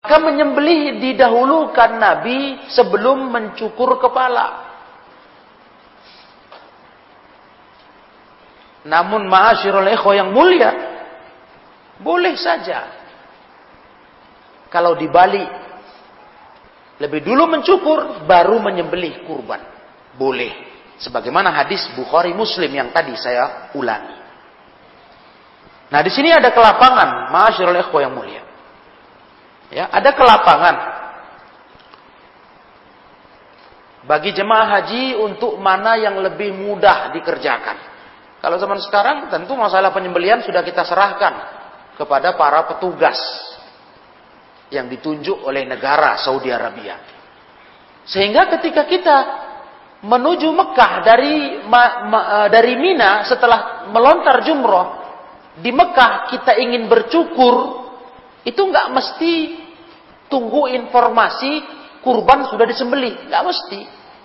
Maka menyembelih didahulukan Nabi sebelum mencukur kepala. Namun ma'asyiral ikhwah yang mulia, boleh saja kalau dibalik, lebih dulu mencukur baru menyembelih kurban. Boleh. Sebagaimana hadis Bukhari Muslim yang tadi saya ulangi. Nah, di sini ada kelapangan, ma'asyiral ikhwah yang mulia. Ya, ada kelapangan bagi jemaah haji untuk mana yang lebih mudah dikerjakan. Kalau zaman sekarang tentu masalah penyembelihan sudah kita serahkan kepada para petugas yang ditunjuk oleh negara Saudi Arabia. Sehingga ketika kita menuju Mekah dari Mina setelah melontar jumroh, di Mekah kita ingin bercukur, itu nggak mesti tunggu informasi kurban sudah disembelih, nggak mesti.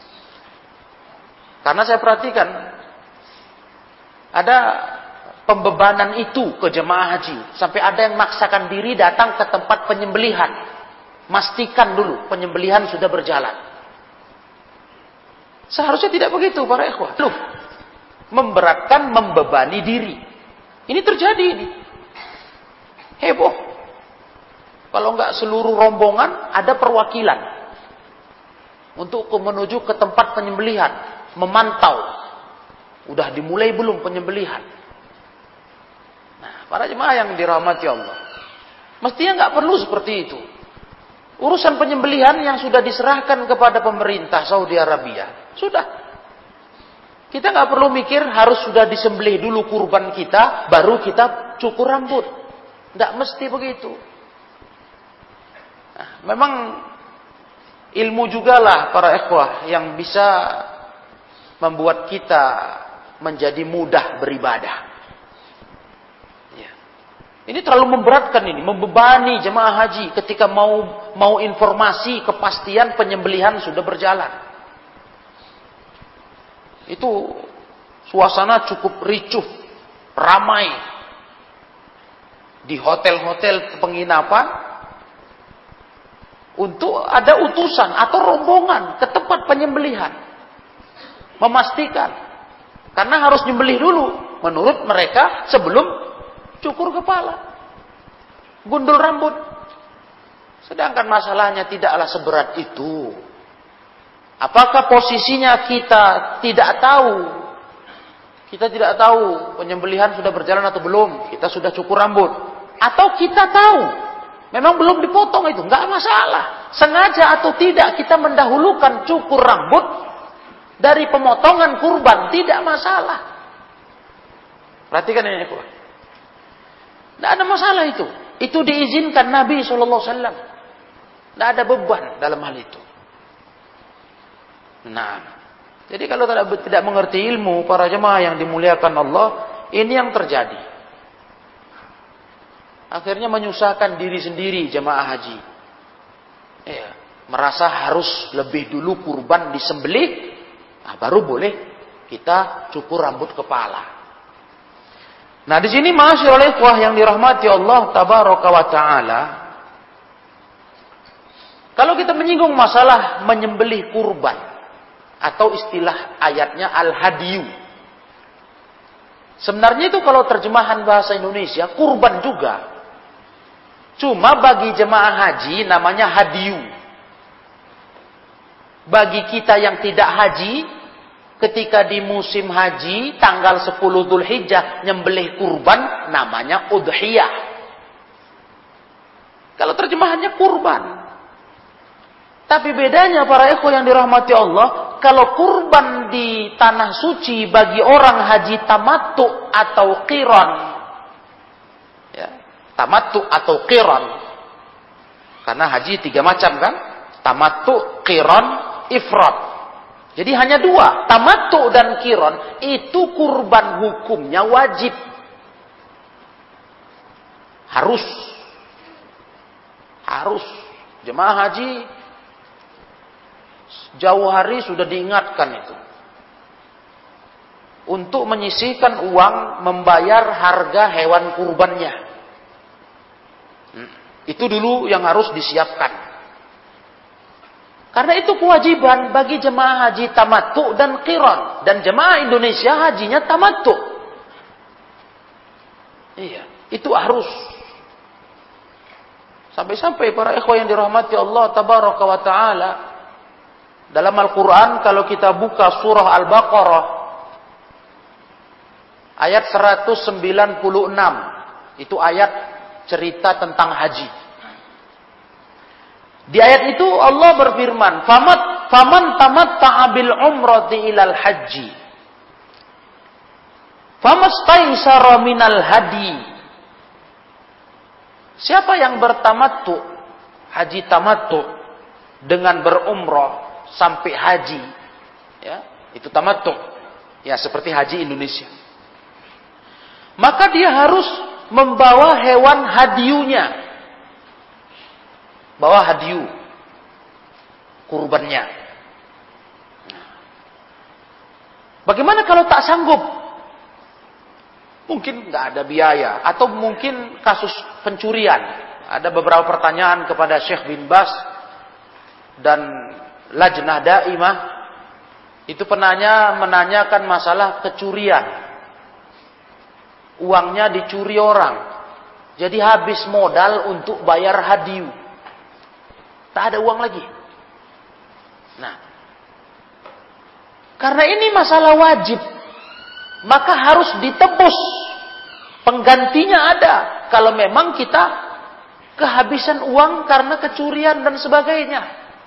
Karena saya perhatikan ada pembebanan itu ke jemaah haji, sampai ada yang maksakan diri datang ke tempat penyembelihan, mastikan dulu penyembelihan sudah berjalan. Seharusnya tidak begitu para ikhwah. Loh, memberatkan, membebani diri. Ini terjadi ini. Heboh. Kalau enggak seluruh rombongan ada perwakilan untuk menuju ke tempat penyembelihan, memantau. Udah dimulai belum penyembelihan? Nah, para jemaah yang dirahmati Allah, mestinya enggak perlu seperti itu. Urusan penyembelihan yang sudah diserahkan kepada pemerintah Saudi Arabia, sudah. Kita enggak perlu mikir harus sudah disembelih dulu kurban kita, baru kita cukur rambut. Enggak mesti begitu. Nah, memang ilmu jugalah para ikhwah yang bisa membuat kita menjadi mudah beribadah. Ya. Ini terlalu memberatkan ini, membebani jemaah haji ketika mau informasi kepastian penyembelihan sudah berjalan. Itu suasana cukup ricuh, ramai di hotel-hotel penginapan. Untuk ada utusan atau rombongan ke tempat penyembelihan. Memastikan. Karena harus nyembelih dulu. Menurut mereka sebelum cukur kepala. Gundul rambut. Sedangkan masalahnya tidaklah seberat itu. Apakah posisinya kita tidak tahu? Kita tidak tahu penyembelihan sudah berjalan atau belum. Kita sudah cukur rambut. Atau kita tahu. Memang belum dipotong itu, nggak masalah. Sengaja atau tidak kita mendahulukan cukur rambut dari pemotongan kurban, tidak masalah. Perhatikan ini, Ibu. Nggak ada masalah itu. Itu diizinkan Nabi SAW. Nggak ada beban dalam hal itu. Nah, jadi kalau tidak mengerti ilmu para jemaah yang dimuliakan Allah, ini yang terjadi. Akhirnya menyusahkan diri sendiri jemaah haji. Ya, merasa harus lebih dulu kurban disembelih, nah, baru boleh kita cukur rambut kepala. Nah, di sini ma'asyiral ikhwah yang dirahmati Allah tabaraka wa taala, kalau kita menyinggung masalah menyembelih kurban atau istilah ayatnya al-hadiyu. Sebenarnya itu kalau terjemahan bahasa Indonesia kurban juga. Cuma bagi jemaah haji namanya hadiyu. Bagi kita yang tidak haji, ketika di musim haji tanggal 10 Dzulhijjah nyembelih kurban namanya udhiyah. Kalau terjemahannya kurban. Tapi bedanya para ikhwan yang dirahmati Allah, kalau kurban di tanah suci bagi orang haji tamattu atau qiran, ya, tamattu atau qiran. Karena haji 3 macam kan? Tamattu, qiran, ifrad. Jadi hanya 2, tamattu dan qiran. Itu kurban hukumnya wajib. Harus. Jemaah haji jauh hari sudah diingatkan itu. Untuk menyisihkan uang membayar harga hewan kurbannya. Itu dulu yang harus disiapkan. Karena itu kewajiban bagi jemaah haji tamattu dan qiran. Dan jemaah Indonesia hajinya tamattu. Iya, itu harus. Sampai-sampai para ikhwah yang dirahmati Allah tabaraka wa ta'ala, dalam Al-Quran kalau kita buka surah Al-Baqarah ayat 196, itu ayat cerita tentang haji. Di ayat itu Allah berfirman, "Faman tamatta'a bil umrati ilal haji, famastaysara minal hadi." Siapa yang bertamattu, haji tamattu dengan berumrah sampai haji, ya, itu tamattu. Ya, seperti haji Indonesia. Maka dia harus membawa hewan hadiunya. Bawa hadiu, kurbannya. Bagaimana kalau tak sanggup? Mungkin nggak ada biaya, atau mungkin kasus pencurian. Ada beberapa pertanyaan kepada Syekh bin Bas dan Lajnah Daimah. Itu penanya menanyakan masalah kecurian. Uangnya dicuri orang, jadi habis modal untuk bayar hadiu. Tak ada uang lagi. Nah, karena ini masalah wajib, maka harus ditebus. Penggantinya ada. Kalau memang kita kehabisan uang karena kecurian dan sebagainya.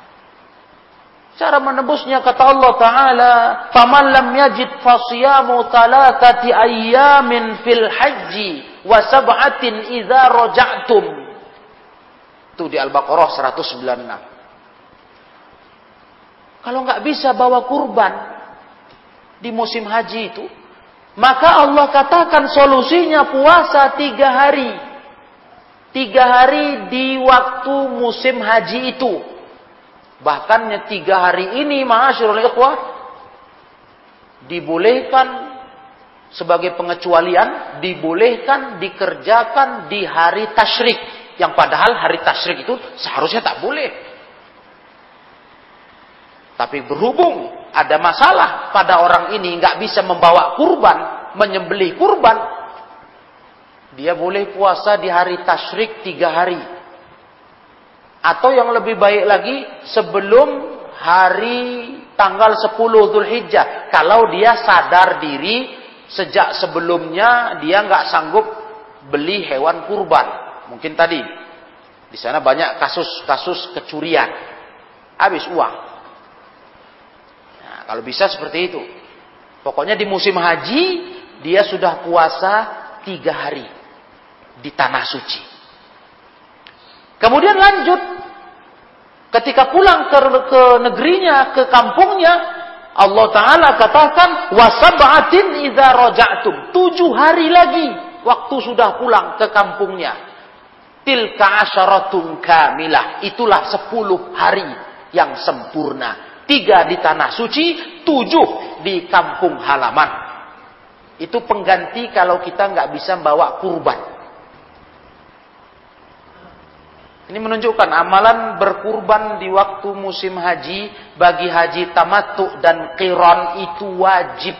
Cara menebusnya kata Allah Ta'ala, "Faman lam yajid fasiyamu thalathati ayyamin fil haji wa sab'atin idza raja'tum." Itu di Al-Baqarah 196. Kalau nggak bisa bawa kurban di musim haji itu, maka Allah katakan solusinya puasa 3 hari. 3 hari di waktu musim haji itu. Bahkan 3 hari ini, ma'asyiral ikhwah, dibolehkan sebagai pengecualian, dibolehkan dikerjakan di hari tasyrik. Yang padahal hari tasyrik itu seharusnya tak boleh. Tapi berhubung ada masalah pada orang ini nggak bisa membawa kurban, menyembelih kurban, dia boleh puasa di hari tasyrik 3 hari. Atau yang lebih baik lagi, sebelum hari tanggal 10 Dzulhijjah. Kalau dia sadar diri sejak sebelumnya dia nggak sanggup beli hewan kurban. Mungkin tadi di sana banyak kasus-kasus kecurian, habis uang. Nah, kalau bisa seperti itu. Pokoknya di musim haji dia sudah puasa 3 hari di tanah suci. Kemudian lanjut, ketika pulang ke negerinya, ke kampungnya, Allah Ta'ala katakan, "Wasab'atin idza raja'tum." 7 hari lagi waktu sudah pulang ke kampungnya. Tilka asyaratun kamilah. Itulah 10 hari yang sempurna. 3 di tanah suci, 7 di kampung halaman. Itu pengganti kalau kita nggak bisa bawa kurban. Ini menunjukkan amalan berkurban di waktu musim haji bagi haji tamattu dan qiran itu wajib.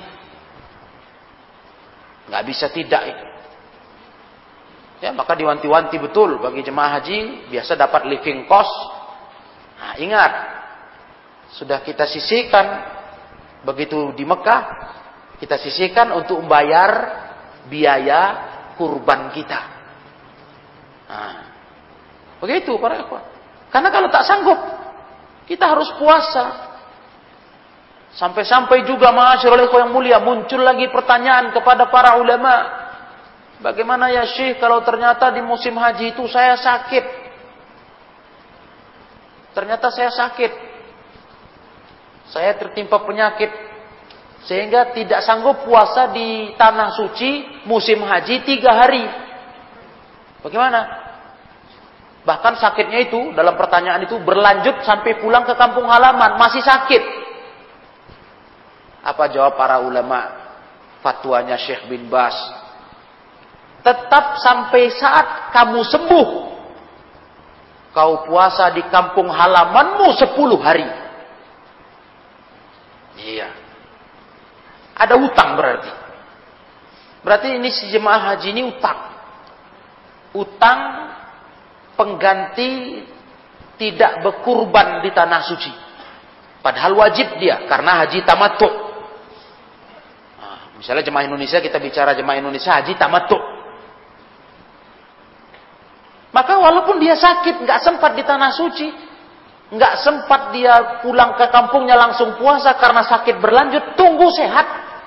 Nggak bisa tidak itu. Ya, maka diwanti-wanti betul bagi jemaah haji, biasa dapat living cost. Nah, ingat, sudah kita sisihkan begitu di Mekah, kita sisihkan untuk membayar biaya kurban kita. Nah, begitu para ikhwan. Karena kalau tak sanggup, kita harus puasa. Sampai-sampai juga ma'asyiral ikhwan yang mulia, muncul lagi pertanyaan kepada para ulama. Bagaimana ya Syekh kalau ternyata di musim haji itu saya sakit? Ternyata saya sakit. Saya tertimpa penyakit. Sehingga tidak sanggup puasa di tanah suci musim haji 3 hari. Bagaimana? Bahkan sakitnya itu, dalam pertanyaan itu berlanjut sampai pulang ke kampung halaman. Masih sakit. Apa jawab para ulama? Fatwanya Syekh bin Bas. Tetap sampai saat kamu sembuh. kau puasa di kampung halamanmu 10 hari. Iya. Ada hutang berarti. Berarti ini si jemaah haji ini utang. Utang pengganti tidak berkurban di tanah suci. Padahal wajib dia karena haji tamattu. Nah, misalnya jemaah Indonesia, kita bicara jemaah Indonesia haji tamattu. Maka walaupun dia sakit, nggak sempat di tanah suci, nggak sempat dia pulang ke kampungnya langsung puasa karena sakit berlanjut, tunggu sehat.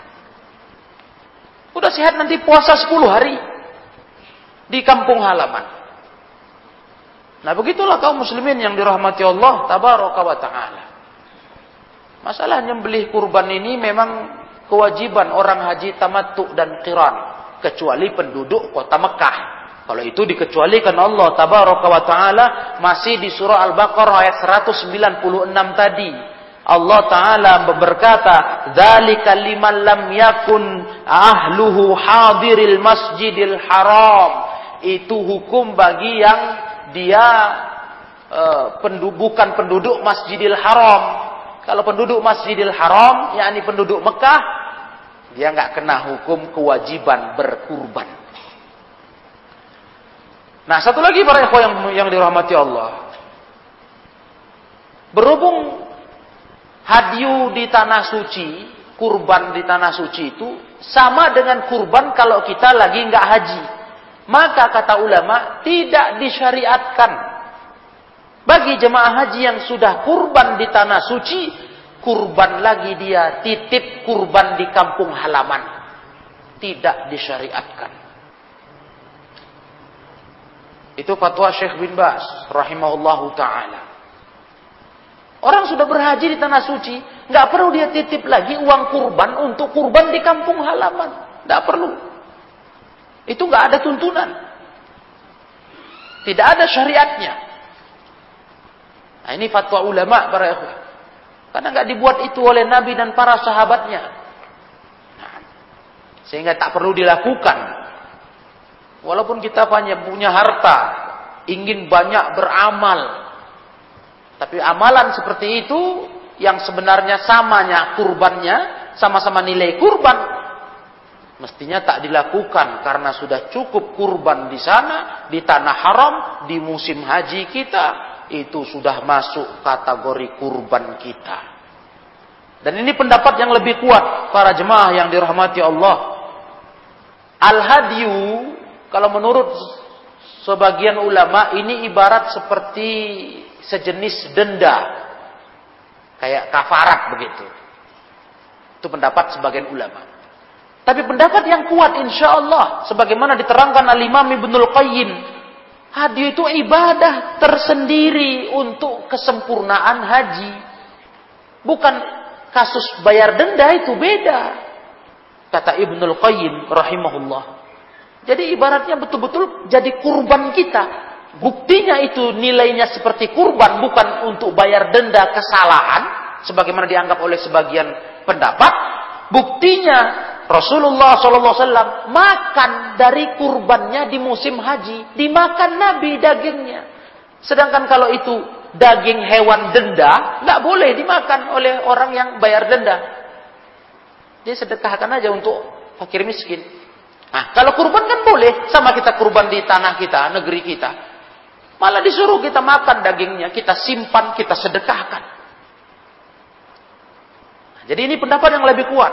Udah sehat nanti puasa 10 hari di kampung halaman. Nah begitulah kaum muslimin yang dirahmati Allah tabaraka wa ta'ala. Masalah nyembelih kurban ini memang kewajiban orang haji tamattu dan qiran, kecuali penduduk kota Mekah. Kalau itu dikecualikan Allah tabaraka wa ta'ala masih di surah Al-Baqarah ayat 196 tadi. Allah Ta'ala berkata, "Dzalika liman lam yakun ahluhu hadiril masjidil haram." Itu hukum bagi yang dia bukan penduduk Masjidil Haram. Kalau penduduk Masjidil Haram, yakni penduduk Mekah, dia nggak kena hukum kewajiban berkurban. Nah, satu lagi para ikhwan yang dirahmati Allah. Berhubung hadyu di tanah suci, kurban di tanah suci itu sama dengan kurban kalau kita lagi nggak haji. Maka kata ulama tidak disyariatkan bagi jemaah haji yang sudah kurban di tanah suci, kurban lagi dia titip kurban di kampung halaman. Tidak disyariatkan. Itu fatwa Syekh bin Baz rahimahullahu ta'ala. Orang sudah berhaji di tanah suci, nggak perlu dia titip lagi uang kurban untuk kurban di kampung halaman. Nggak perlu. Itu nggak ada tuntunan. Tidak ada syariatnya. Nah ini fatwa ulama para ikhwan. Karena nggak dibuat itu oleh Nabi dan para sahabatnya. Nah, sehingga tak perlu dilakukan. Walaupun kita punya harta, ingin banyak beramal. Tapi amalan seperti itu yang sebenarnya samanya kurbannya, sama-sama nilai kurban, mestinya tak dilakukan karena sudah cukup kurban di sana, di tanah haram, di musim haji kita, itu sudah masuk kategori kurban kita. Dan ini pendapat yang lebih kuat para jemaah yang dirahmati Allah. Al-hadyu, kalau menurut sebagian ulama ini ibarat seperti sejenis denda. Kayak kafarat begitu. Itu pendapat sebagian ulama. Tapi pendapat yang kuat insya Allah, sebagaimana diterangkan Al-Imam Ibnul Qayyim, hadyu itu ibadah tersendiri untuk kesempurnaan haji. Bukan kasus bayar denda, itu beda. Kata Ibnul Qayyim rahimahullah. Jadi ibaratnya betul-betul jadi kurban kita. Buktinya itu nilainya seperti kurban, bukan untuk bayar denda kesalahan, sebagaimana dianggap oleh sebagian pendapat. Buktinya Rasulullah SAW makan dari kurbannya di musim haji, dimakan Nabi dagingnya. Sedangkan kalau itu daging hewan denda, nggak boleh dimakan oleh orang yang bayar denda. Dia sedekahkan aja untuk fakir miskin. Nah, kalau kurban kan boleh, sama kita kurban di tanah kita, negeri kita. Malah disuruh kita makan dagingnya, kita simpan, kita sedekahkan. Nah, jadi ini pendapat yang lebih kuat.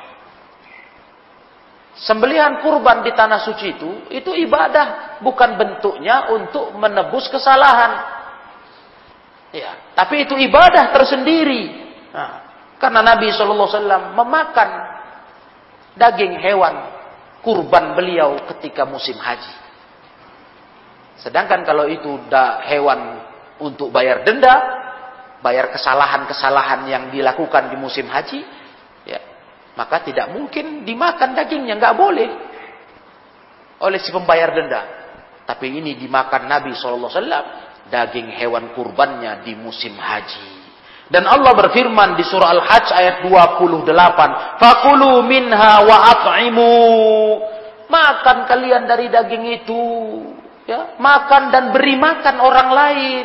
Sembelihan kurban di tanah suci itu ibadah, bukan bentuknya untuk menebus kesalahan. Ya, tapi itu ibadah tersendiri. Nah, karena Nabi SAW memakan daging hewan kurban beliau ketika musim haji. Sedangkan kalau itu hewan untuk bayar denda, bayar kesalahan-kesalahan yang dilakukan di musim haji, ya, maka tidak mungkin dimakan dagingnya, nggak boleh oleh si pembayar denda. Tapi ini dimakan Nabi SAW, daging hewan kurbannya di musim haji. Dan Allah berfirman di surah Al-Hajj ayat 28, "Fakulu minha wa at'imu." Makan kalian dari daging itu, ya, makan dan beri makan orang lain.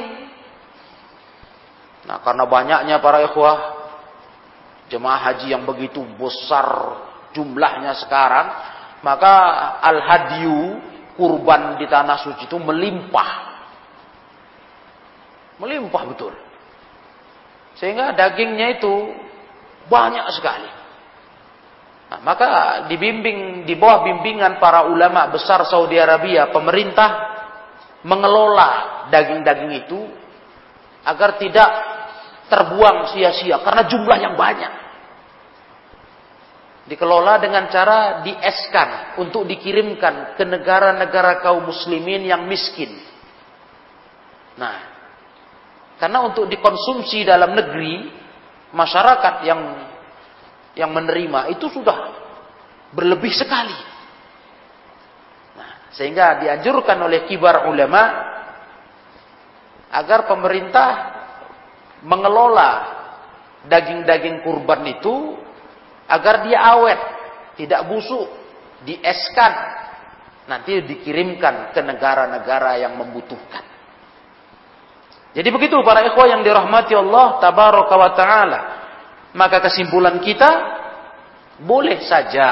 Nah, karena banyaknya para ikhwah jemaah haji yang begitu besar jumlahnya sekarang, maka al-hadyu, kurban di tanah suci itu melimpah. Melimpah betul. Sehingga dagingnya itu banyak sekali. Nah, maka dibimbing, di bawah bimbingan para ulama besar Saudi Arabia, pemerintah mengelola daging-daging itu agar tidak terbuang sia-sia karena jumlah yang banyak. Dikelola dengan cara dieskan untuk dikirimkan ke negara-negara kaum muslimin yang miskin. Nah, karena untuk dikonsumsi dalam negeri, masyarakat yang menerima itu sudah berlebih sekali. Nah, sehingga dianjurkan oleh kibar ulama agar pemerintah mengelola daging-daging kurban itu agar dia awet, tidak busuk, dieskan, nanti dikirimkan ke negara-negara yang membutuhkan. Jadi begitu para ikhwah yang dirahmati Allah tabaraka wa taala. Maka kesimpulan kita, boleh saja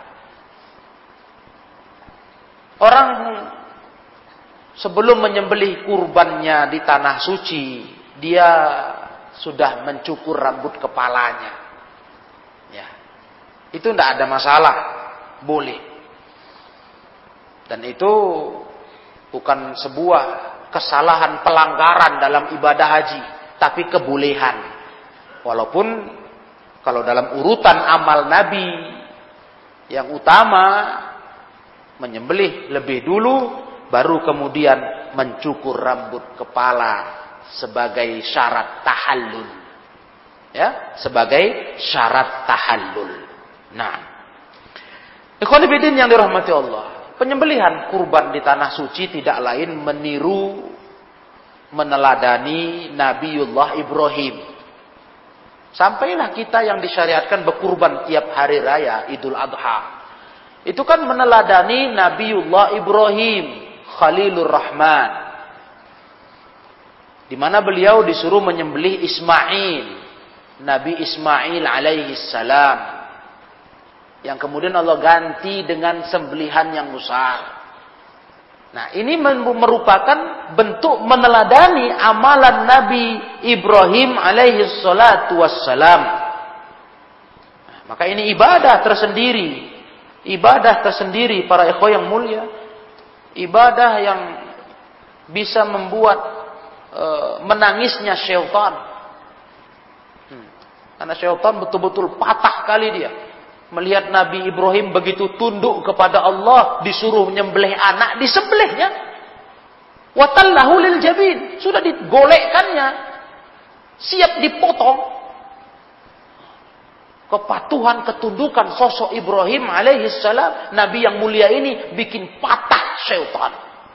orang sebelum menyembelih kurbannya di tanah suci, dia sudah mencukur rambut kepalanya. Ya. Itu tidak ada masalah, boleh. Dan itu bukan sebuah kesalahan, pelanggaran dalam ibadah haji, tapi kebolehan. Walaupun kalau dalam urutan amal Nabi yang utama menyembelih lebih dulu, baru kemudian mencukur rambut kepala sebagai syarat tahallul. Ya, sebagai syarat tahallul. Nah, ikhwan fillah yang dirahmati Allah, penyembelihan kurban di tanah suci tidak lain meniru, meneladani Nabiullah Ibrahim. Sampailah kita yang disyariatkan berkurban tiap hari raya Idul Adha. Itu kan meneladani Nabiullah Ibrahim, Khalilur Rahman. Di mana beliau disuruh menyembelih Ismail, Nabi Ismail alaihi salam. Yang kemudian Allah ganti dengan sembelihan yang besar. Nah, ini merupakan bentuk meneladani amalan Nabi Ibrahim alaihi salatu wassalam. Nah, maka ini ibadah tersendiri. Ibadah tersendiri para ikhwah yang mulia. Ibadah yang bisa membuat menangisnya syaitan. Karena syaitan betul-betul patah kali dia. Melihat Nabi Ibrahim begitu tunduk kepada Allah, disuruh menyembelih anak, disembelihnya. Watallahu lil jabin, sudah digolekkannya, siap dipotong. Kepatuhan, ketundukan sosok Ibrahim alaihi salam, Nabi yang mulia ini bikin patah syaitan.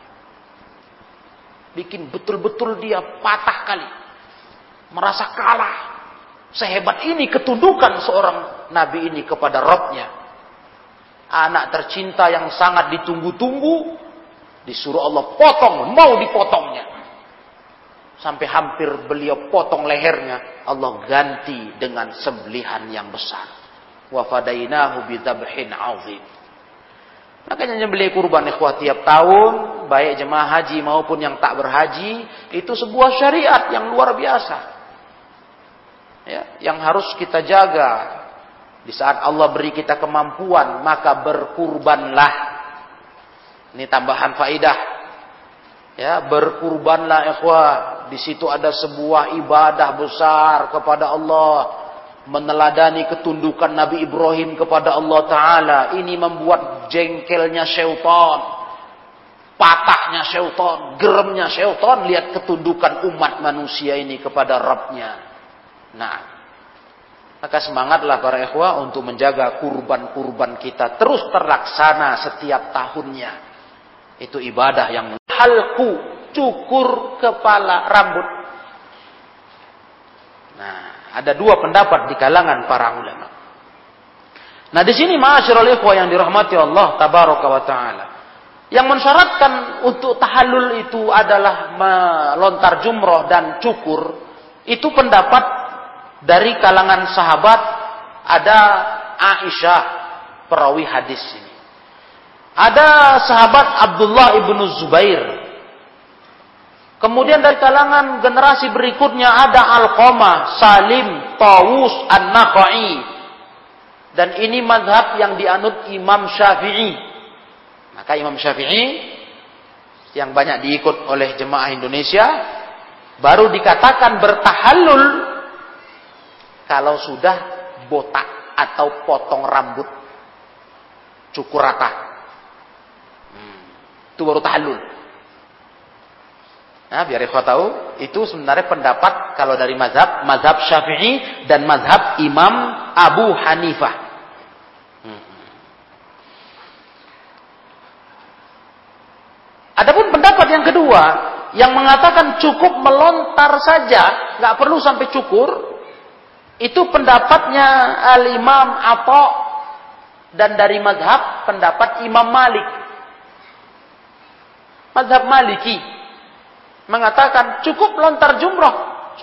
Bikin betul-betul dia patah kali. Merasa kalah. Sehebat ini ketundukan seorang Nabi ini kepada Rabbnya. Anak tercinta yang sangat ditunggu-tunggu, disuruh Allah potong, mau dipotongnya. Sampai hampir beliau potong lehernya, Allah ganti dengan sembelihan yang besar. Wa fadainahu bidzabhin 'adzim. Makanya nyembelih kurban ikhwah tiap tahun, baik jemaah haji maupun yang tak berhaji, itu sebuah syariat yang luar biasa. Ya, yang harus kita jaga. Di saat Allah beri kita kemampuan, maka berkurbanlah. Ini tambahan faidah. Ya, berkurbanlah ikhwah. Di situ ada sebuah ibadah besar kepada Allah. Meneladani ketundukan Nabi Ibrahim kepada Allah Ta'ala. Ini membuat jengkelnya syaitan, patahnya syaitan, geremnya syaitan. Lihat ketundukan umat manusia ini kepada Rabbnya. Nah, maka semangatlah para ikhwah untuk menjaga kurban-kurban kita terus terlaksana setiap tahunnya. Itu ibadah yang halku, cukur kepala rambut. Nah, ada dua pendapat di kalangan para ulama. Nah, di sini ma'asyiral ikhwah yang dirahmati Allah tabaraka wa taala. Yang mensyaratkan untuk tahallul itu adalah melontar jumroh dan cukur, itu pendapat dari kalangan sahabat. Ada Aisyah, perawi hadis ini. Ada sahabat Abdullah ibnu Zubair. Kemudian dari kalangan generasi berikutnya ada Alqamah, Salim, Tawus, An-Nakhai. Dan ini mazhab yang dianut Imam Syafi'i. Maka Imam Syafi'i yang banyak diikut oleh jemaah Indonesia baru dikatakan bertahallul kalau sudah botak atau potong rambut, cukur rata. Itu baru tahallul. Nah, biar ikhwah tahu, itu sebenarnya pendapat kalau dari mazhab Syafi'i dan mazhab Imam Abu Hanifah. Adapun pendapat yang kedua yang mengatakan cukup melontar saja, nggak perlu sampai cukur, itu pendapatnya Al-Imam Atha dan dari mazhab pendapat Imam Malik. Mazhab Maliki mengatakan cukup lontar jumrah,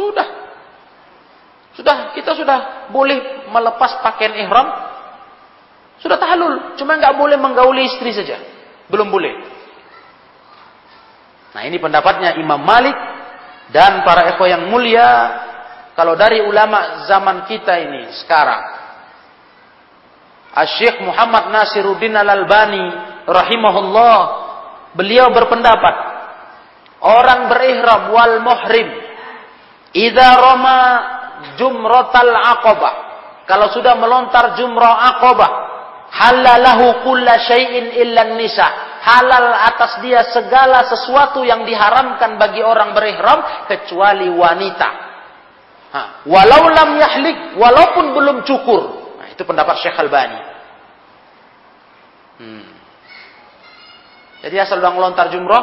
sudah kita sudah boleh melepas pakaian ihram, sudah tahallul, cuma nggak boleh menggauli istri saja, belum boleh. Nah, ini pendapatnya Imam Malik dan para ikhwah yang mulia. Kalau dari ulama zaman kita ini sekarang, Asy-Syaikh Muhammad Nasiruddin Al-Albani rahimahullah, beliau berpendapat orang berihram wal muhrim idza rama jumratal aqabah, kalau sudah melontar jumrah aqabah, halalahu kulla syai'in illa nisa, halal atas dia segala sesuatu yang diharamkan bagi orang berihram kecuali wanita. Walau lam yahlik, walaupun belum cukur. Nah, itu pendapat Syekh Albani. Jadi asal udah ngelontar jumrah,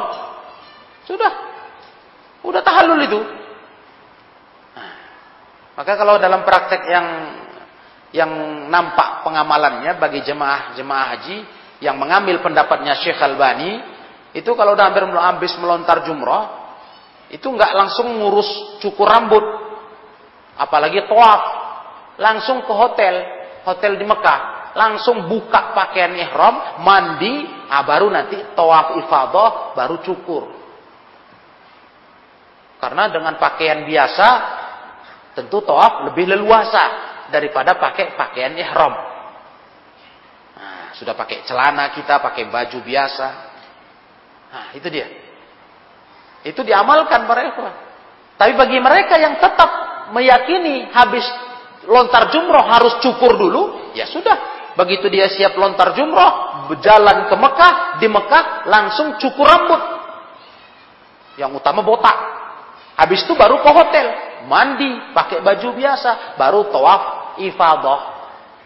udah tahallul itu. Nah, maka kalau dalam praktek yang nampak pengamalannya bagi jemaah haji yang mengambil pendapatnya Syekh Albani, itu kalau udah habis melontar jumrah, itu nggak langsung ngurus cukur rambut, apalagi tawaf, langsung ke hotel di Mekah, langsung buka pakaian ihram, mandi, baru nanti tawaf ifadah, baru cukur. Karena dengan pakaian biasa, tentu tawaf lebih leluasa daripada pakai pakaian ihram. Sudah pakai celana kita, pakai baju biasa. Nah, itu dia. Itu diamalkan para ikhwah. Tapi bagi mereka yang tetap meyakini habis lontar jumrah harus cukur dulu, ya sudah. Begitu dia siap lontar jumrah, berjalan ke Mekah, di Mekah langsung cukur rambut. Yang utama botak. Habis itu baru ke hotel, mandi, pakai baju biasa, baru tawaf ifadah.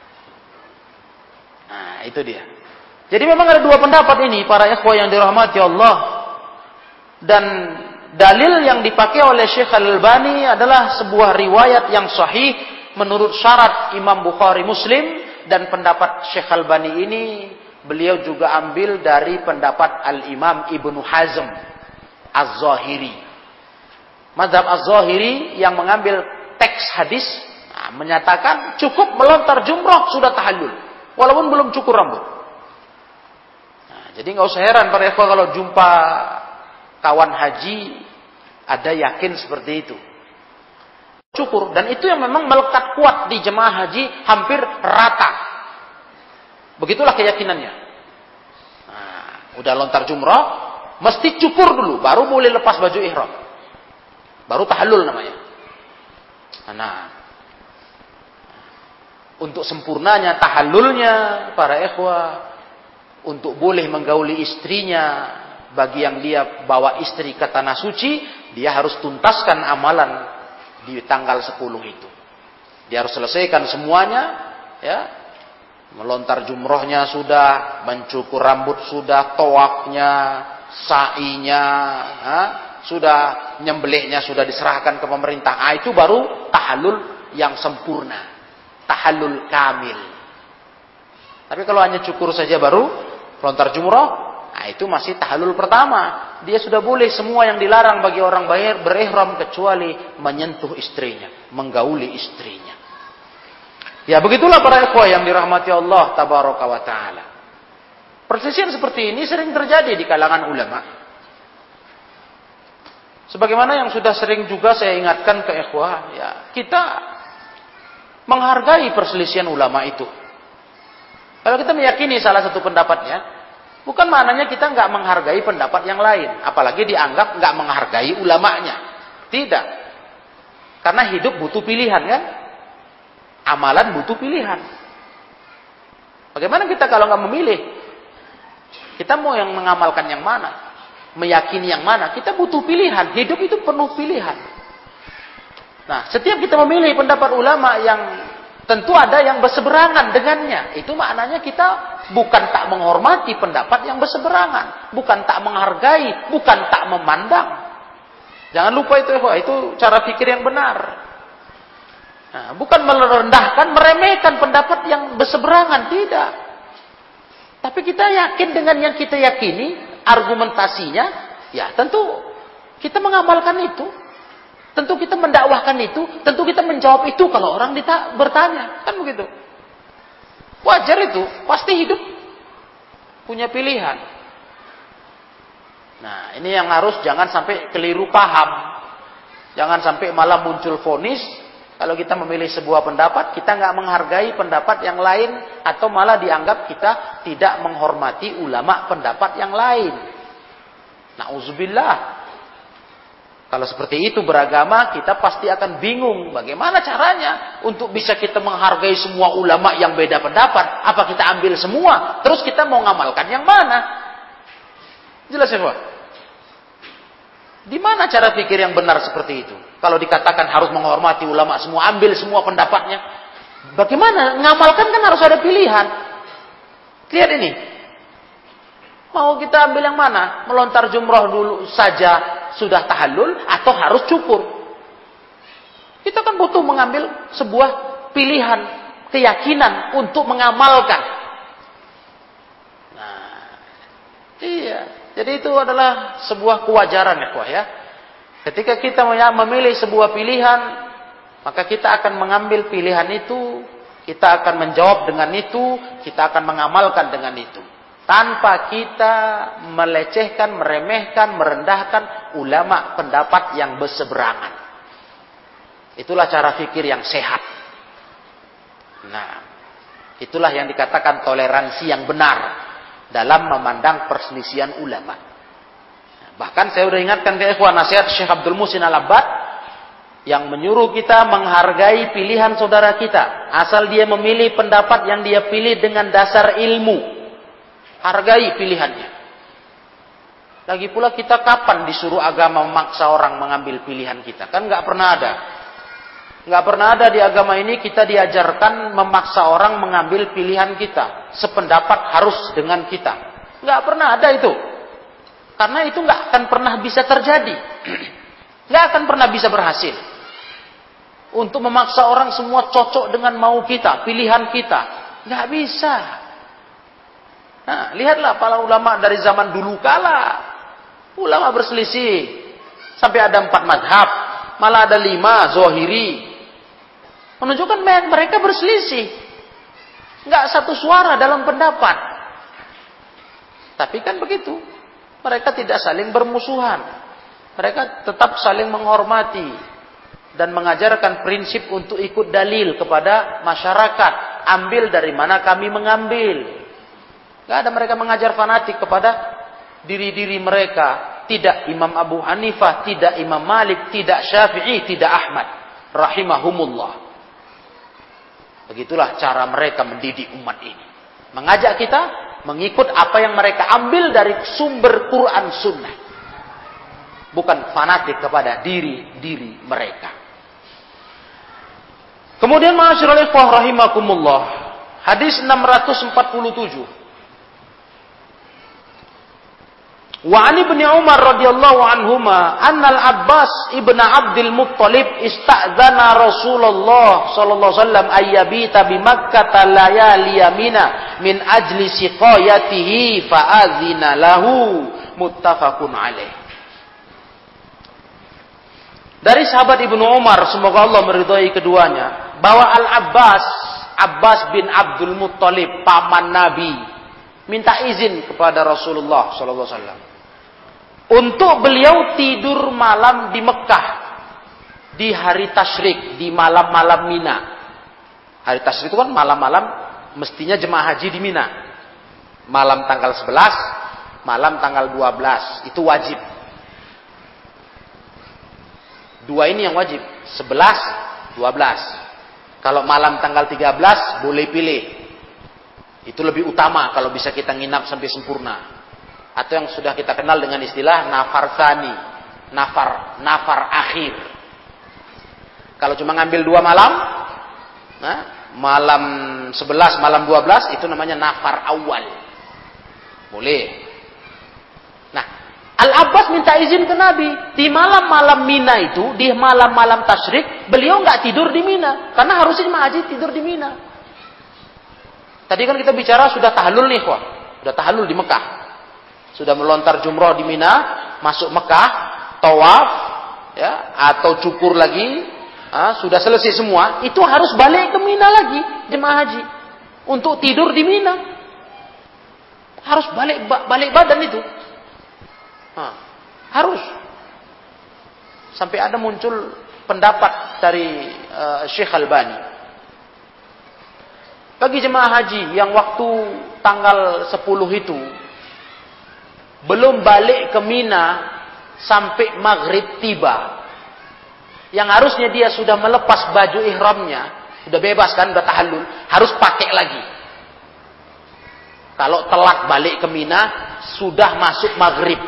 Nah, itu dia. Jadi memang ada dua pendapat ini para ikhwah yang dirahmati Allah. Dan dalil yang dipakai oleh Syekh Al-Albani adalah sebuah riwayat yang sahih menurut syarat Imam Bukhari Muslim, dan pendapat Syekh Al-Albani ini beliau juga ambil dari pendapat Al-Imam Ibnu Hazm Az-Zahiri. Mazhab Az-Zahiri yang mengambil teks hadis menyatakan cukup melontar jumrah sudah tahallul, walaupun belum cukur rambut. Nah, jadi nggak usah heran para ikhwah kalau jumpa kawan haji ada yakin seperti itu. Cukur, dan itu yang memang melekat kuat di jemaah haji hampir rata. Begitulah keyakinannya. Nah, udah lontar jumrah, mesti cukur dulu, baru boleh lepas baju ihram. Baru tahallul namanya. Nah, untuk sempurnanya tahallulnya para ikhwah, untuk boleh menggauli istrinya, bagi yang dia bawa istri ke tanah suci, dia harus tuntaskan amalan di tanggal 10 itu. Dia harus selesaikan semuanya, ya. Melontar jumrohnya sudah, mencukur rambut sudah, tawafnya, sa'inya, sudah, nyembelihnya sudah diserahkan ke pemerintah. Itu baru tahallul yang sempurna, tahallul kamil. Tapi kalau hanya cukur saja baru lontar jumroh, Nah, itu masih tahallul pertama. Dia sudah boleh semua yang dilarang bagi orang berihram kecuali menyentuh istrinya, menggauli istrinya. Ya, begitulah para ikhwah yang dirahmati Allah tabaraka wa taala. Perselisihan seperti ini sering terjadi di kalangan ulama. Sebagaimana yang sudah sering juga saya ingatkan ke ikhwah, ya, kita menghargai perselisihan ulama itu. Kalau kita meyakini salah satu pendapatnya, bukan maknanya kita nggak menghargai pendapat yang lain, apalagi dianggap nggak menghargai ulamanya. Tidak, karena hidup butuh pilihan kan, amalan butuh pilihan. Bagaimana kita kalau nggak memilih? Kita mau yang mengamalkan yang mana, meyakini yang mana? Kita butuh pilihan. Hidup itu penuh pilihan. Nah, setiap kita memilih pendapat ulama yang tentu ada yang berseberangan dengannya, itu maknanya kita bukan tak menghormati pendapat yang berseberangan, bukan tak menghargai, bukan tak memandang. Jangan lupa itu cara pikir yang benar. Nah, bukan merendahkan, meremehkan pendapat yang berseberangan, tidak. Tapi kita yakin dengan yang kita yakini, argumentasinya, ya tentu kita mengamalkan itu. Tentu kita mendakwahkan itu, tentu kita menjawab itu kalau orang bertanya, kan begitu. Wajar itu, pasti hidup punya pilihan. Nah, ini yang harus jangan sampai keliru paham. Jangan sampai malah muncul vonis, kalau kita memilih sebuah pendapat, kita nggak menghargai pendapat yang lain, atau malah dianggap kita tidak menghormati ulama pendapat yang lain. Nauzubillah. Kalau seperti itu beragama, kita pasti akan bingung. Bagaimana caranya untuk bisa kita menghargai semua ulama yang beda pendapat? Apa kita ambil semua? Terus kita mau ngamalkan yang mana? Jelas ya, Pak? Di mana cara pikir yang benar seperti itu? Kalau dikatakan harus menghormati ulama semua, ambil semua pendapatnya. Bagaimana? Ngamalkan kan harus ada pilihan. Lihat ini. Mau kita ambil yang mana? Melontar jumroh dulu saja sudah tahallul atau harus cukur? Kita kan butuh mengambil sebuah pilihan, keyakinan untuk mengamalkan. Nah, iya. Jadi itu adalah sebuah kewajaran ya. Ketika kita memilih sebuah pilihan, maka kita akan mengambil pilihan itu, kita akan menjawab dengan itu, kita akan mengamalkan dengan itu. Tanpa kita melecehkan, meremehkan, merendahkan ulama pendapat yang berseberangan. Itulah cara pikir yang sehat. Nah, itulah yang dikatakan toleransi yang benar dalam memandang perselisihan ulama. Bahkan saya sudah ingatkan ke ikhwan nasihat Syekh Abdul Muhsin Al-Abbad yang menyuruh kita menghargai pilihan saudara kita, asal dia memilih pendapat yang dia pilih dengan dasar ilmu. Hargai pilihannya. Lagi pula kita kapan disuruh agama memaksa orang mengambil pilihan kita? Kan nggak pernah ada. Nggak pernah ada di agama ini kita diajarkan memaksa orang mengambil pilihan kita. Sependapat harus dengan kita. Nggak pernah ada itu. Karena itu nggak akan pernah bisa terjadi. Nggak akan pernah bisa berhasil. Untuk memaksa orang semua cocok dengan mau kita, pilihan kita. Nggak bisa. Nah, lihatlah para ulama dari zaman dulu kala. Ulama berselisih. Sampai ada 4 madhab. Malah ada 5 zohiri. Menunjukkan mereka berselisih. Nggak satu suara dalam pendapat. Tapi kan begitu. Mereka tidak saling bermusuhan. Mereka tetap saling menghormati. Dan mengajarkan prinsip untuk ikut dalil kepada masyarakat. Ambil dari mana kami mengambil. Gak ada mereka mengajar fanatik kepada diri-diri mereka. Tidak Imam Abu Hanifah, tidak Imam Malik, tidak Syafi'i, tidak Ahmad. Rahimahumullah. Begitulah cara mereka mendidik umat ini. Mengajak kita mengikut apa yang mereka ambil dari sumber Quran Sunnah. Bukan fanatik kepada diri-diri mereka. Kemudian ma'asyiral ikhwah rahimakumullah. Hadis 647. Wa 'an Ibnu Umar radhiyallahu anhuma anna al-Abbas ibn Abdul Muttalib ista'dzana Rasulullah sallallahu alaihi wasallam ayyabita bi Makkah layali yamina min ajli siqayatihi fa'adzina lahu muttafaqun alaih. Dari sahabat Ibnu Umar, semoga Allah meridhai keduanya, bahwa Abbas bin Abdul Muttalib, paman Nabi, minta izin kepada Rasulullah sallallahu alaihi wasallam untuk beliau tidur malam di Mekah di hari tasyrik, di malam-malam Mina. Hari tasyrik itu kan malam-malam mestinya jemaah haji di Mina. Malam tanggal 11, malam tanggal 12, itu wajib. Dua ini yang wajib, 11, 12. Kalau malam tanggal 13 boleh pilih. Itu lebih utama kalau bisa kita nginap sampai sempurna. Atau yang sudah kita kenal dengan istilah nafar tsani, nafar akhir. Kalau cuma ngambil 2 malam, nah, malam 11, malam 12 itu namanya nafar awal. Boleh. Nah, Al-Abbas minta izin ke Nabi. Di malam-malam Mina itu, di malam-malam tasyrik, beliau nggak tidur di Mina. Karena harusnya jemaah haji tidur di Mina. Tadi kan kita bicara sudah tahallul nih, wah. Sudah tahallul di Mekah. Sudah melontar jumrah di Mina, masuk Mekah, tawaf, ya, atau cukur lagi, sudah selesai semua, itu harus balik ke Mina lagi, jemaah haji. Untuk tidur di Mina. Harus balik badan itu. Harus. Sampai ada muncul pendapat dari Syekh Albani. Bagi jemaah haji yang waktu tanggal 10 itu belum balik ke Mina sampai maghrib tiba, yang harusnya dia sudah melepas baju ihramnya, sudah bebas kan, sudah tahallul, harus pakai lagi. Kalau telat balik ke Mina, sudah masuk maghrib.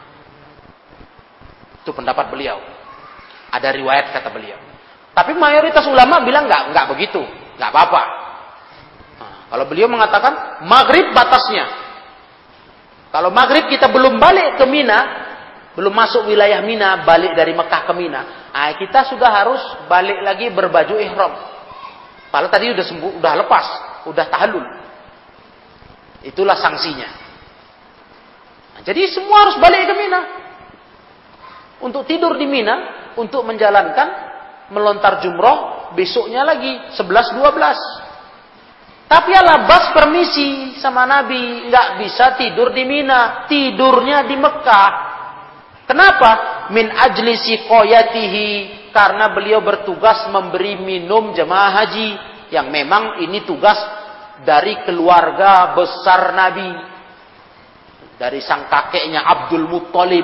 Itu pendapat beliau. Ada riwayat kata beliau. Tapi mayoritas ulama bilang enggak begitu, enggak apa-apa. Kalau beliau mengatakan maghrib batasnya. Kalau maghrib kita belum balik ke Mina, belum masuk wilayah Mina, balik dari Mekah ke Mina, kita sudah harus balik lagi berbaju ihram. Padahal tadi udah lepas, udah tahallul. Itulah sanksinya. Jadi semua harus balik ke Mina. Untuk tidur di Mina, untuk menjalankan melontar jumroh besoknya lagi 11-12. Tapi Al-Abbas permisi sama Nabi, nggak bisa tidur di Mina, tidurnya di Mekah. Kenapa? Min ajli siqayatihi, karena beliau bertugas memberi minum jemaah haji, yang memang ini tugas dari keluarga besar Nabi, dari sang kakeknya Abdul Muttalib.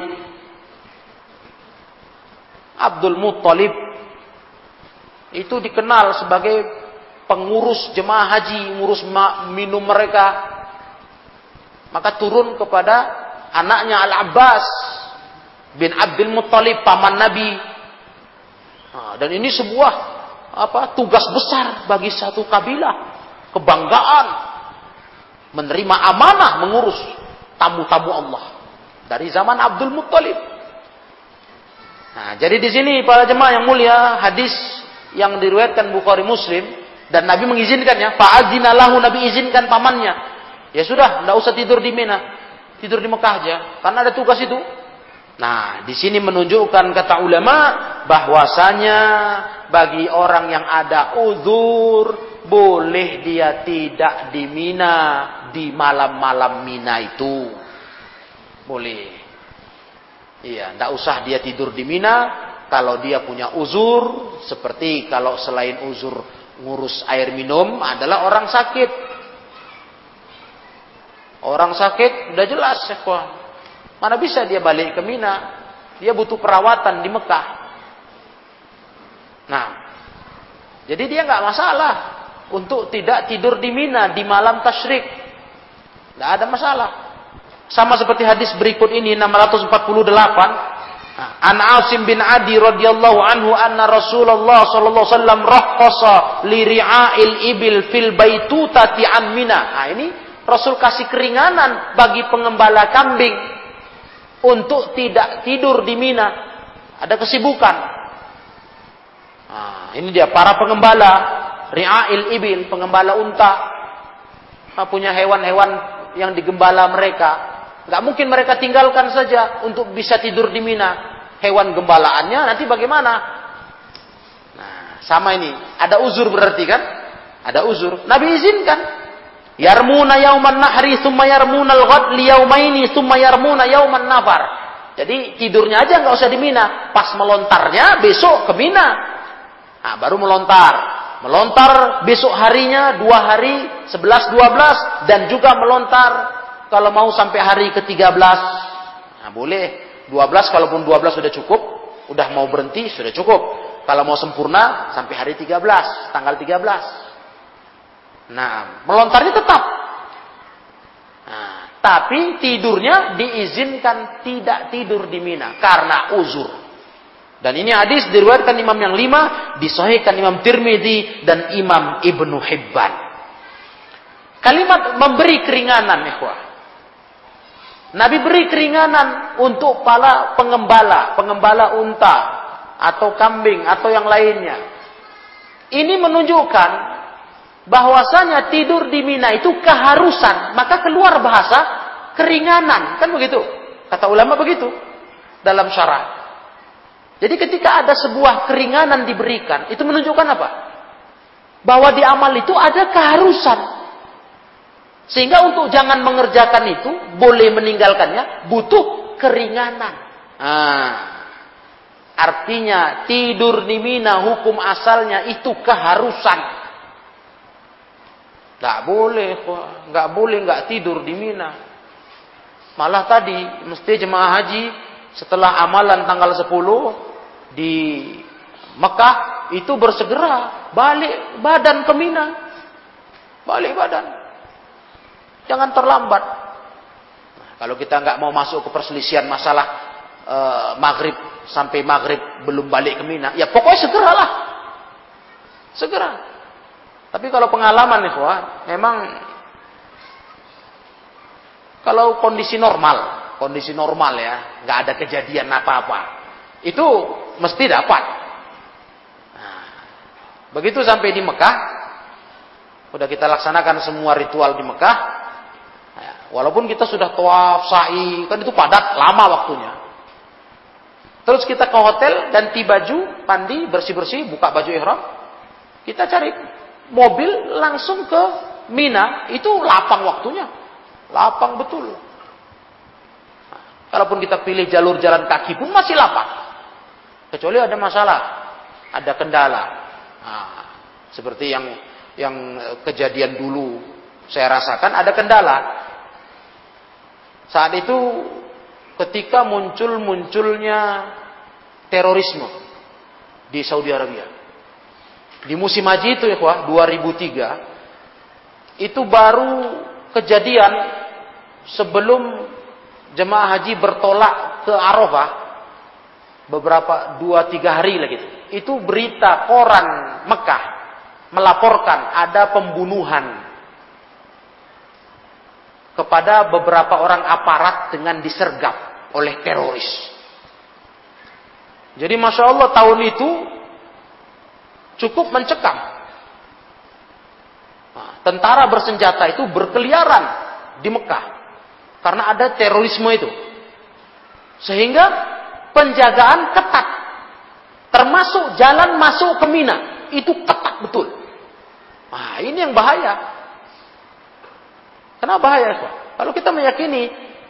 Abdul Muttalib itu dikenal sebagai pengurus jemaah haji, ngurus minum mereka. Maka turun kepada anaknya Al-Abbas bin Abdul Muttalib, paman Nabi. Dan ini sebuah tugas besar bagi satu kabilah, kebanggaan, menerima amanah mengurus tamu-tamu Allah dari zaman Abdul Muttalib. Nah, jadi di sini para jemaah yang mulia, hadis yang diriwayatkan Bukhari Muslim. Dan Nabi mengizinkannya, fa'adzina lahu, Nabi izinkan pamannya. Ya sudah, enggak usah tidur di Mina, tidur di Mekah aja, karena ada tugas itu. Nah, di sini menunjukkan kata ulama bahwasanya bagi orang yang ada uzur, boleh dia tidak di Mina di malam-malam Mina itu. Boleh. Iya, enggak usah dia tidur di Mina kalau dia punya uzur, seperti kalau selain uzur ngurus air minum adalah orang sakit. Orang sakit udah jelas, mana bisa dia balik ke Mina? Dia butuh perawatan di Mekah. Nah, jadi dia nggak masalah untuk tidak tidur di Mina di malam tasyrik. Nggak ada masalah. Sama seperti hadis berikut ini 648. An Asim bin Adi radhiyallahu anhu anna Rasulullah sallallahu alaihi wasallam rakhasa li ri'ail ibil fil baitutati an Mina. Nah, ini Rasul kasih keringanan bagi pengembala kambing untuk tidak tidur di Mina. Ada kesibukan. Nah, ini dia para pengembala ri'ail ibil, pengembala unta. punya hewan-hewan yang digembala mereka. Nggak mungkin mereka tinggalkan saja untuk bisa tidur di Mina. Hewan gembalaannya nanti bagaimana? Nah, sama ini. Ada uzur berarti kan? Ada uzur. Nabi izinkan. Yarmuna yauman nahri thumma yarmuna al-ghad liyaumaini thumma yarmuna yauman nafar. Jadi tidurnya aja nggak usah di Mina. Pas melontarnya besok ke Mina. Nah, baru melontar. Melontar besok harinya 2 hari 11, 12 dan juga melontar kalau mau sampai hari ke-13. Nah, boleh. 12 kalaupun 12 sudah cukup, udah mau berhenti sudah cukup. Kalau mau sempurna sampai hari 13, tanggal 13. Nah, melontarnya tetap. Nah, tapi tidurnya diizinkan tidak tidur di Mina karena uzur. Dan ini hadis diriwayatkan Imam yang 5, disahihkan Imam Tirmidzi dan Imam Ibnu Hibban. Kalimat memberi keringanan, ikhwah. Nabi beri keringanan untuk para pengembala unta atau kambing atau yang lainnya. Ini menunjukkan bahwasanya tidur di Mina itu keharusan, maka keluar bahasa keringanan, kan begitu? Kata ulama begitu dalam syarah. Jadi ketika ada sebuah keringanan diberikan, itu menunjukkan apa? Bahwa di amal itu ada keharusan. Sehingga untuk jangan mengerjakan itu, boleh meninggalkannya, butuh keringanan. Nah, artinya tidur di Mina hukum asalnya itu keharusan. Nggak boleh nggak tidur di Mina. Malah tadi mesti jemaah haji setelah amalan tanggal 10 di Mekah itu bersegera balik badan ke Mina. Balik badan. Jangan terlambat. Nah, kalau kita nggak mau masuk ke perselisihan masalah maghrib sampai maghrib belum balik ke Mina, ya pokoknya segeralah, segera. Tapi kalau pengalaman nih, memang kalau kondisi normal ya, nggak ada kejadian apa-apa, itu mesti dapat. Nah, begitu sampai di Mekah, udah kita laksanakan semua ritual di Mekah. Walaupun kita sudah tawaf, sa'i, kan itu padat, lama waktunya. Terus kita ke hotel, ganti baju, mandi, bersih-bersih, buka baju ihram. Kita cari mobil langsung ke Mina, itu lapang waktunya. Lapang betul. Nah, kalaupun kita pilih jalur jalan kaki pun masih lapang. Kecuali ada masalah, ada kendala. Nah, seperti yang kejadian dulu, saya rasakan ada kendala. Saat itu ketika munculnya terorisme di Saudi Arabia. Di musim haji itu ya, 2003, itu baru kejadian sebelum jemaah haji bertolak ke Arafah beberapa 2-3 hari lagi itu berita koran Mekah melaporkan ada pembunuhan kepada beberapa orang aparat dengan disergap oleh teroris. Jadi Masya Allah tahun itu cukup mencekam. Nah, tentara bersenjata itu berkeliaran di Mekah karena ada terorisme itu. Sehingga penjagaan ketat. Termasuk jalan masuk ke Mina. Itu ketat betul. Nah, ini yang bahaya. Kenapa bahaya? Kalau kita meyakini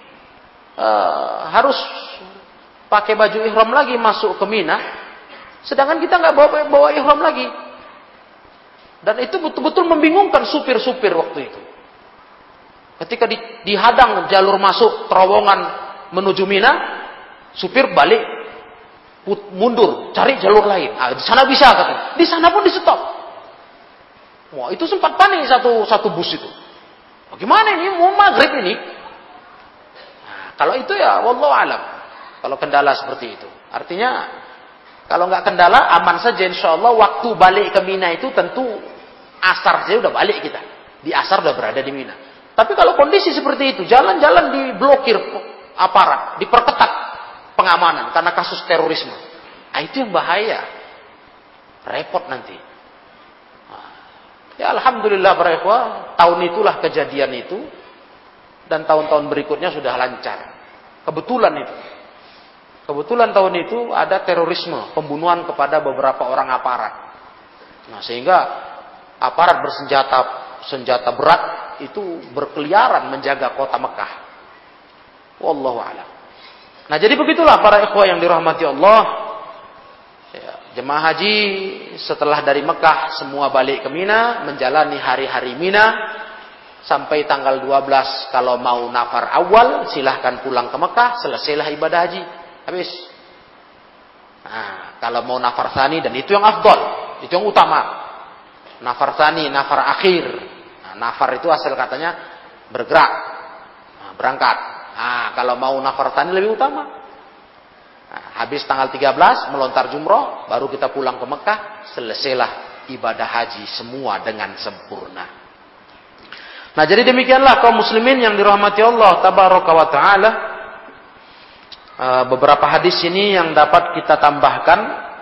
harus pakai baju ihram lagi masuk ke Mina, sedangkan kita nggak bawa ihram lagi, dan itu betul-betul membingungkan supir-supir waktu itu. Ketika dihadang jalur masuk terowongan menuju Mina, supir balik mundur cari jalur lain. Di sana bisa katanya, di sana pun di stop. Wah, itu sempat panik satu bus itu. Bagaimana ini? Mau maghrib ini? Nah, kalau itu ya wallahu alam. Kalau kendala seperti itu. Artinya, kalau nggak kendala, aman saja insya Allah. Waktu balik ke Mina itu tentu asar saja udah balik kita. Di asar udah berada di Mina. Tapi kalau kondisi seperti itu, jalan-jalan diblokir aparat, diperketat pengamanan karena kasus terorisme. Nah, itu yang bahaya. Repot nanti. Nah, ya alhamdulillah para ikhwah. tahun itulah kejadian itu, dan tahun-tahun berikutnya sudah lancar. Kebetulan itu. Kebetulan tahun itu ada terorisme, pembunuhan kepada beberapa orang aparat. Nah, sehingga aparat senjata berat itu berkeliaran menjaga kota Mekah. Wallahu a'lam. Nah, jadi begitulah para ikhwah yang dirahmati Allah. Ya, jemaah haji setelah dari Mekah semua balik ke Mina, menjalani hari-hari Mina sampai tanggal 12. Kalau mau nafar awal silahkan pulang ke Mekah, selesailah ibadah haji. Habis. Nah, kalau mau nafar tsani, dan itu yang afdal, itu yang utama. Nafar tsani, nafar akhir. Nah, nafar itu asal katanya bergerak, berangkat. Nah, kalau mau nafar tsani lebih utama. Nah, habis tanggal 13 melontar jumroh, baru kita pulang ke Mekah, selesailah ibadah haji semua dengan sempurna. Nah, jadi demikianlah kaum muslimin yang dirahmati Allah tabaraka wa taala. Beberapa hadis ini yang dapat kita tambahkan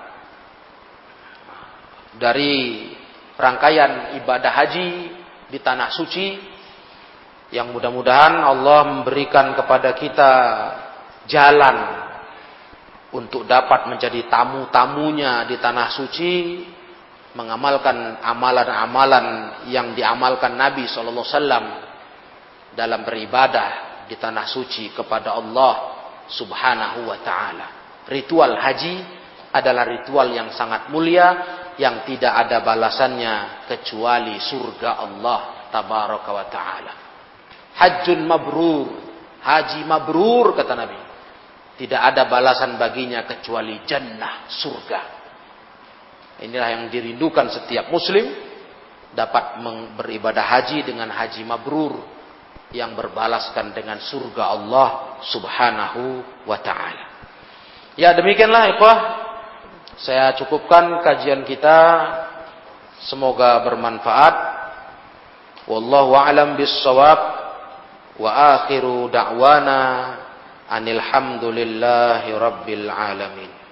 dari rangkaian ibadah haji di tanah suci, yang mudah-mudahan Allah memberikan kepada kita jalan untuk dapat menjadi tamu-tamunya di tanah suci, mengamalkan amalan-amalan yang diamalkan Nabi SAW dalam beribadah di tanah suci kepada Allah Subhanahu wa ta'ala. Ritual haji adalah ritual yang sangat mulia, yang tidak ada balasannya kecuali surga Allah tabaraka wa ta'ala. Hajjun mabrur, haji mabrur kata Nabi, tidak ada balasan baginya kecuali jannah, surga. Inilah yang dirindukan setiap muslim, dapat beribadah haji dengan haji mabrur yang berbalaskan dengan surga Allah Subhanahu wa ta'ala. Ya, demikianlah ikhwah, saya cukupkan kajian kita, semoga bermanfaat. Wallahu a'lam bis-shawab, wa akhiru da'wana anil hamdulillahi rabbil alamin.